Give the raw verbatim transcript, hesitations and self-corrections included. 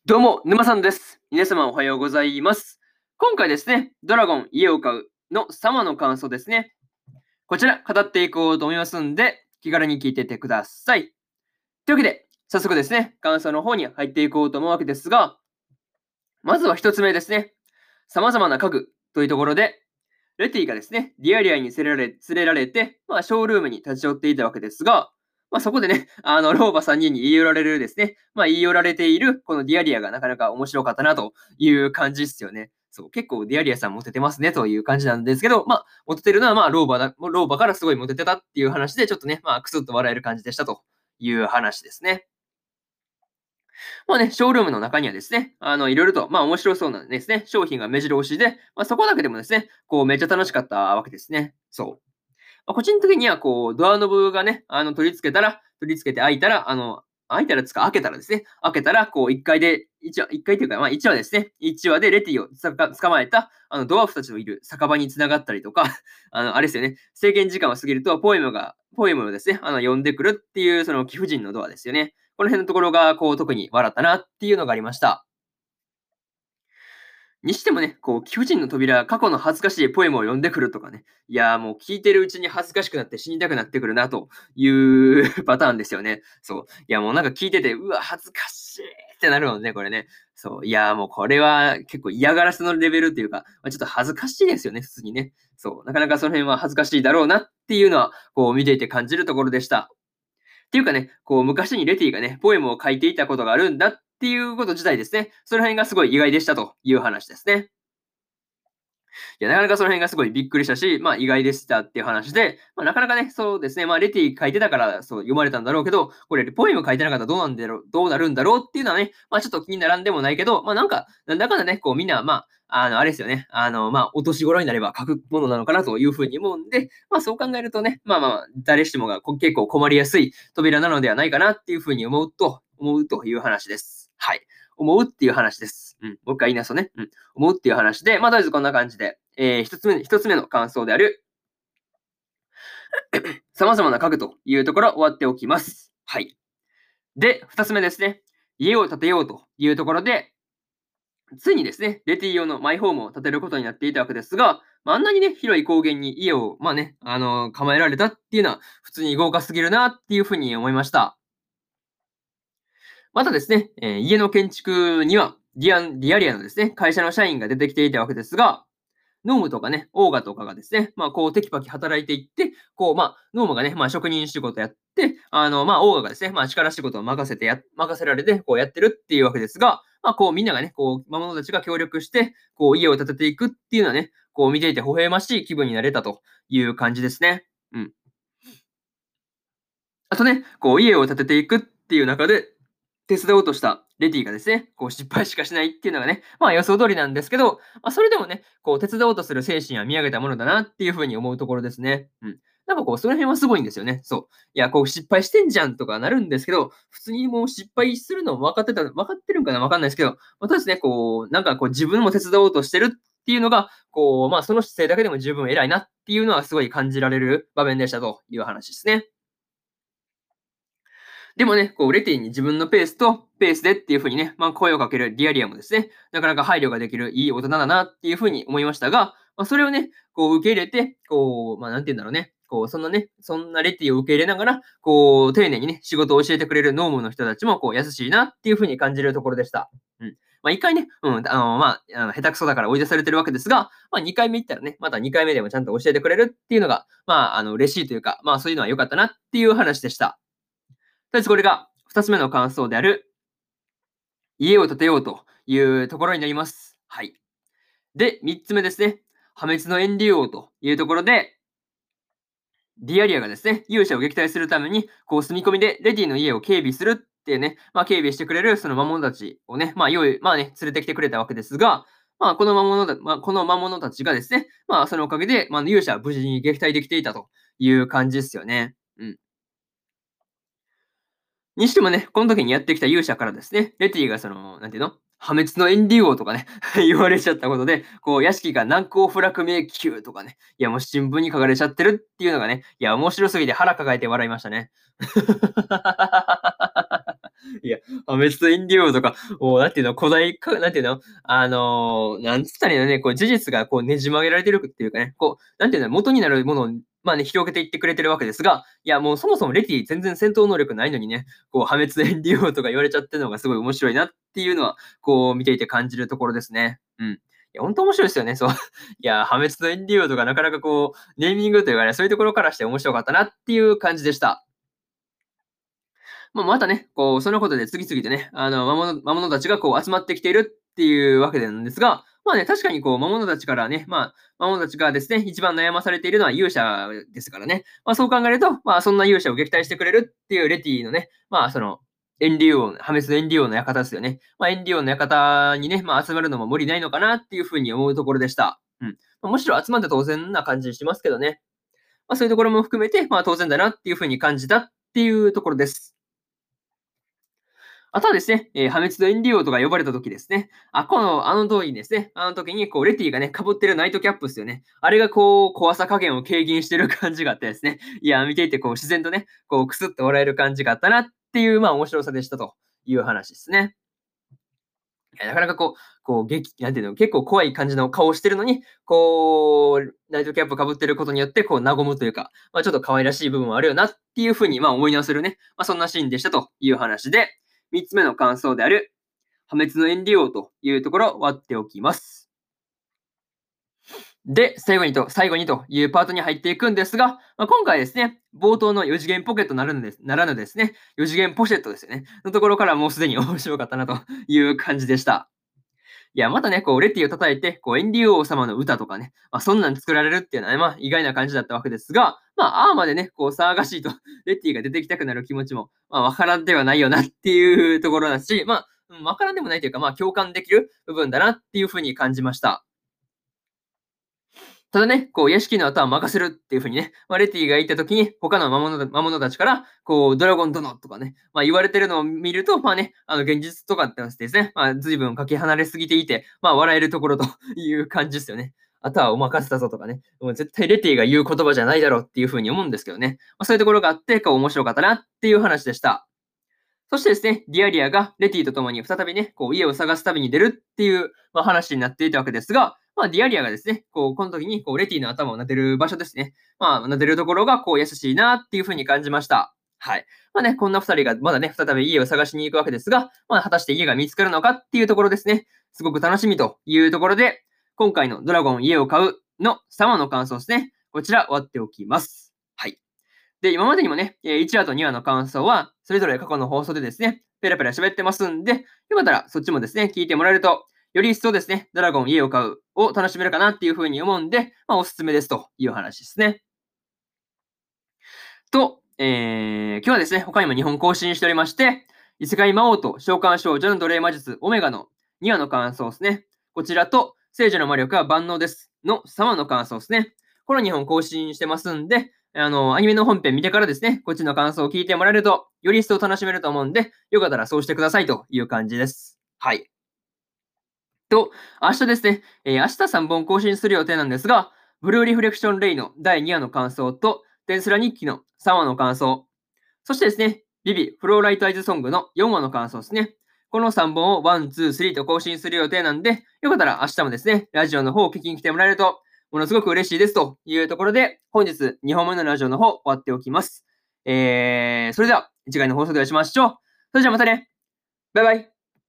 どうも、沼さんです。皆様おはようございます。今回ですね、ドラゴン家を買うのさんわの感想ですね。こちら語っていこうと思いますんで、気軽に聞いていってください。というわけで、早速ですね、感想の方に入っていこうと思うわけですが、まずは一つ目ですね。様々な家具というところで、レティがですね、ディアリアに連れられ連れられて、まあ、ショールームに立ち寄っていたわけですが、まあ、そこでね、あの、老婆さんにんに言い寄られるですね、まあ、言い寄られているこのディアリアがなかなか面白かったなという感じですよね。そう、結構ディアリアさんモテてますねという感じなんですけど、まあ、モテてるのはまあ、老婆だ、老婆からすごいモテてたっていう話で、ちょっとね、まあ、クスッと笑える感じでしたという話ですね。まあね、ショールームの中にはですね、あの、いろいろと、まあ面白そうなですね、商品が目白押しで、まあそこだけでもですね、こうめっちゃ楽しかったわけですね。そう。まあ、個人的にはこう、ドアノブがね、あの、取り付けたら、取り付けて開いたら、あの、開いたらつか、開けたらですね、開けたら、こう、いっかいで、いちわ、いっかいというか、まあ、いちわですね、いちわでレティをつか捕まえた、あの、ドワーフたちのいる酒場に繋がったりとか、あの、あれですよね、制限時間を過ぎると、ポエムが、ポエムをですね、あの、呼んでくるっていう、その貴婦人のドアですよね。この辺のところが、こう、特に笑ったなっていうのがありました。にしてもね、こう、貴婦人の扉、過去の恥ずかしいポエムを読んでくるとかね。いや、もう聞いてるうちに恥ずかしくなって死にたくなってくるなというパターンですよね。そう。いや、もうなんか聞いてて、うわ、恥ずかしいってなるもんね、これね。そう。いや、もうこれは結構嫌がらせのレベルっていうか、まあ、ちょっと恥ずかしいですよね、普通にね。そう。なかなかその辺は恥ずかしいだろうなっていうのは、こう見ていて感じるところでした。っていうかね、こう昔にレティがね、ポエムを書いていたことがあるんだっていうこと自体ですね。その辺がすごい意外でしたという話ですね。いや、なかなかその辺がすごいびっくりしたし、まあ意外でしたっていう話で、まあなかなかね、そうですね、まあレティ書いてたからそう読まれたんだろうけど、これポエム書いてなかったらどうなんだろう、どうなるんだろうっていうのはね、まあちょっと気にならんでもないけど、まあなんか、なんだかんだね、こうみんな、まあ、あの、あれですよね、あの、まあお年頃になれば書くものなのかなというふうに思うんで、まあそう考えるとね、まあまあ、誰しもがこ結構困りやすい扉なのではないかなっていうふうに思うと、思うという話です。はい。思うっていう話です。うん。もう一回言いなそうね。うん。思うっていう話で、まあとりあえずこんな感じで、えー、一つ目、一つ目の感想である、様々な家具というところ終わっておきます。はい。で、二つ目ですね。家を建てようというところで、ついにですね、レティ用のマイホームを建てることになっていたわけですが、まあ、あんなにね、広い高原に家を、まあね、あのー構えられたっていうのは、普通に豪華すぎるなっていうふうに思いました。またですね、えー家の建築には、ディアン、ディアリアのですね、会社の社員が出てきていたわけですが、ノームとかね、オーガとかがですね、まあ、こう、テキパキ働いていって、こう、まあ、ノームがね、まあ、職人仕事やって、あの、まあ、オーガがですね、まあ、力仕事を任せてや、任せられて、こうやってるっていうわけですが、まあ、こう、みんながね、こう、魔物たちが協力して、こう、家を建てていくっていうのはね、こう、見ていて微笑ましい気分になれたという感じですね。うん。あとね、こう、家を建てていくっていう中で、手伝おうとしたレディがですね、こう失敗しかしないっていうのがね、まあ予想通りなんですけど、まあそれでもね、こう手伝おうとする精神は見上げたものだなっていうふうに思うところですね。うん。なんかこう、その辺はすごいんですよね。そう。いや、こう失敗してんじゃんとかなるんですけど、普通にもう失敗するの分かってた、分かってるんかな分かんないですけど、またですね、こう、なんかこう自分も手伝おうとしてるっていうのが、こう、まあその姿勢だけでも十分偉いなっていうのはすごい感じられる場面でしたという話ですね。でもね、こう、レティに自分のペースとペースでっていう風にね、まあ、声をかけるディアリアもですね、なかなか配慮ができるいい大人だなっていう風に思いましたが、まあ、それをね、こう受け入れて、こう、まあ、なんて言うんだろうね、こう、そんなね、そんなレティを受け入れながら、こう、丁寧にね、仕事を教えてくれるノームの人たちも、こう、優しいなっていう風に感じるところでした。うん。まあ、一回ね、うん、あの、まあ、あの下手くそだから追い出されてるわけですが、まあ、二回目行ったらね、また二回目でもちゃんと教えてくれるっていうのが、まあ、あの、嬉しいというか、まあ、そういうのは良かったなっていう話でした。とりあえずこれが二つ目の感想である、家を建てようというところになります。はい。で、三つ目ですね。破滅の炎竜王というところで、ディアリアがですね、勇者を撃退するために、こう、住み込みでレディの家を警備するっていうね、まあ、警備してくれるその魔物たちをね、まあ、用意、まあね、連れてきてくれたわけですが、まあ、この魔物だ、まあ、この魔物たちがですね、まあ、そのおかげで、まあ、勇者は無事に撃退できていたという感じですよね。うん。にしてもね、この時にやってきた勇者からですね、レティがその、なんていうの破滅のエンディ王とかね言われちゃったことで、こう、屋敷が難攻不落迷宮とかね、いやもう新聞に書かれちゃってるっていうのがね、いや面白すぎて腹抱えて笑いましたね。 いや、破滅とエンデュオとか、もうなんていうの、古代か、なんていうの、あのー、なんつったらいいのね、こう事実がこうねじ曲げられてるっていうかね、こう、なんていうの、元になるものを、まあね、広げていってくれてるわけですが、いや、もうそもそもレティ全然戦闘能力ないのにね、こう、破滅とエンデュオとか言われちゃってるのがすごい面白いなっていうのは、こう、見ていて感じるところですね。うん。いや、本当面白いですよね。そう。いや、破滅とエンデュオとかなかなかこう、ネーミングというかね、そういうところからして面白かったなっていう感じでした。まあ、またね、こう、そのことで次々とね、あの、魔物魔物たちがこう集まってきているっていうわけなんですが、まあね、確かにこう、魔物たちからね、まあ、魔物たちがですね、一番悩まされているのは勇者ですからね。まあ、そう考えると、まあ、そんな勇者を撃退してくれるっていうレティのね、まあ、その、エンリオン、破滅のエンリオンの館ですよね。まあ、エンリオンの館にね、まあ、集まるのも無理ないのかなっていうふうに思うところでした。うん。まあ、むしろ集まって当然な感じしますけどね。まあ、そういうところも含めて、まあ、当然だなっていうふうに感じたっていうところです。あとはですね、えー破滅のエンディオとか呼ばれた時ですね。あ、この、あの通りにですね、あの時に、こう、レティがね、被ってるナイトキャップですよね。あれがこう、怖さ加減を軽減してる感じがあってですね。いや、見ていてこう、自然とね、こう、くすって笑える感じがあったなっていう、まあ、面白さでしたという話ですね。いやなかなかこう、こう、激なんていうの、結構怖い感じの顔をしてるのに、こう、ナイトキャップ被ってることによって、こう、和むというか、まあ、ちょっと可愛らしい部分もあるよなっていう風に、まあ、思い直せるね、まあ、そんなシーンでしたという話で、みっつめの感想である、破滅のエンディオというところを割っておきます。で、最後にと最後にというパートに入っていくんですが、まあ、今回ですね、冒頭のよ次元ポケットならぬですならぬですね、よ次元ポシェットですよね、のところからもうすでに面白かったなという感じでした。いや、またね、こう、レティを叩いて、こう、エンデュ王様の歌とかね、まあ、そんなん作られるっていうのはね、まあ、意外な感じだったわけですが、まあ、あーまでね、こう、騒がしいと、レティが出てきたくなる気持ちも、まあ、わからんではないよなっていうところだし、まあ、うんわからんでもないというか、まあ、共感できる部分だなっていうふうに感じました。ただね、こう、屋敷の後は任せるっていう風にね、まあ、レティが言った時に、他の魔物魔物たちから、こう、ドラゴン殿とかね、まあ、言われてるのを見ると、まあね、あの、現実とかってですね、まあ、随分かけ離れすぎていて、まあ、笑えるところという感じですよね。あとはお任せだぞとかね、もう絶対レティが言う言葉じゃないだろうっていう風に思うんですけどね。まあ、そういうところがあって、こう、面白かったなっていう話でした。そしてですね、ディアリアがレティと共に再びね、こう家を探す旅に出るっていう、まあ、話になっていたわけですが、まあ、ディアリアがですね、こうこの時にこうレティの頭を撫でる場所ですね。まあ、撫でるところがこう優しいなっていう風に感じました。はい。まあね、こんな二人がまだね、再び家を探しに行くわけですが、まあ、果たして家が見つかるのかっていうところですね。すごく楽しみというところで、今回のドラゴン家を買うのさんわの感想ですね。こちら終わっておきます。はい。で、今までにもね、えーいちわとにわの感想は、それぞれ過去の放送でですね、ペラペラ喋ってますんで、よかったらそっちもですね、聞いてもらえると、より一層ですね、ドラゴン家を買うを楽しめるかなっていう風に思うんで、まあ、おすすめですという話ですね。と、えー、今日はですね、他にもにほん更新しておりまして、異世界魔王と召喚少女の奴隷魔術オメガのにわの感想ですね。こちらと、聖女の魔力は万能ですのさんわの感想ですね。このにほん更新してますんで、あの、アニメの本編見てからですね、こっちの感想を聞いてもらえると、より一層楽しめると思うんで、よかったらそうしてくださいという感じです。はい。と、明日ですね、えー明日さんぼん更新する予定なんですが、ブルーリフレクションレイのだいにわの感想と、テンスラ日記のさんわの感想、そしてですね、ビビフローライトアイズソングのよんわの感想ですね。このさんぼんをいち、に、さんと更新する予定なんで、よかったら明日もですね、ラジオの方を聞きに来てもらえると、ものすごく嬉しいですというところで、本日にほんめのラジオの方終わっておきます。えー、それでは次回の放送でお会いしましょう。それじゃあまたね。バイバイ。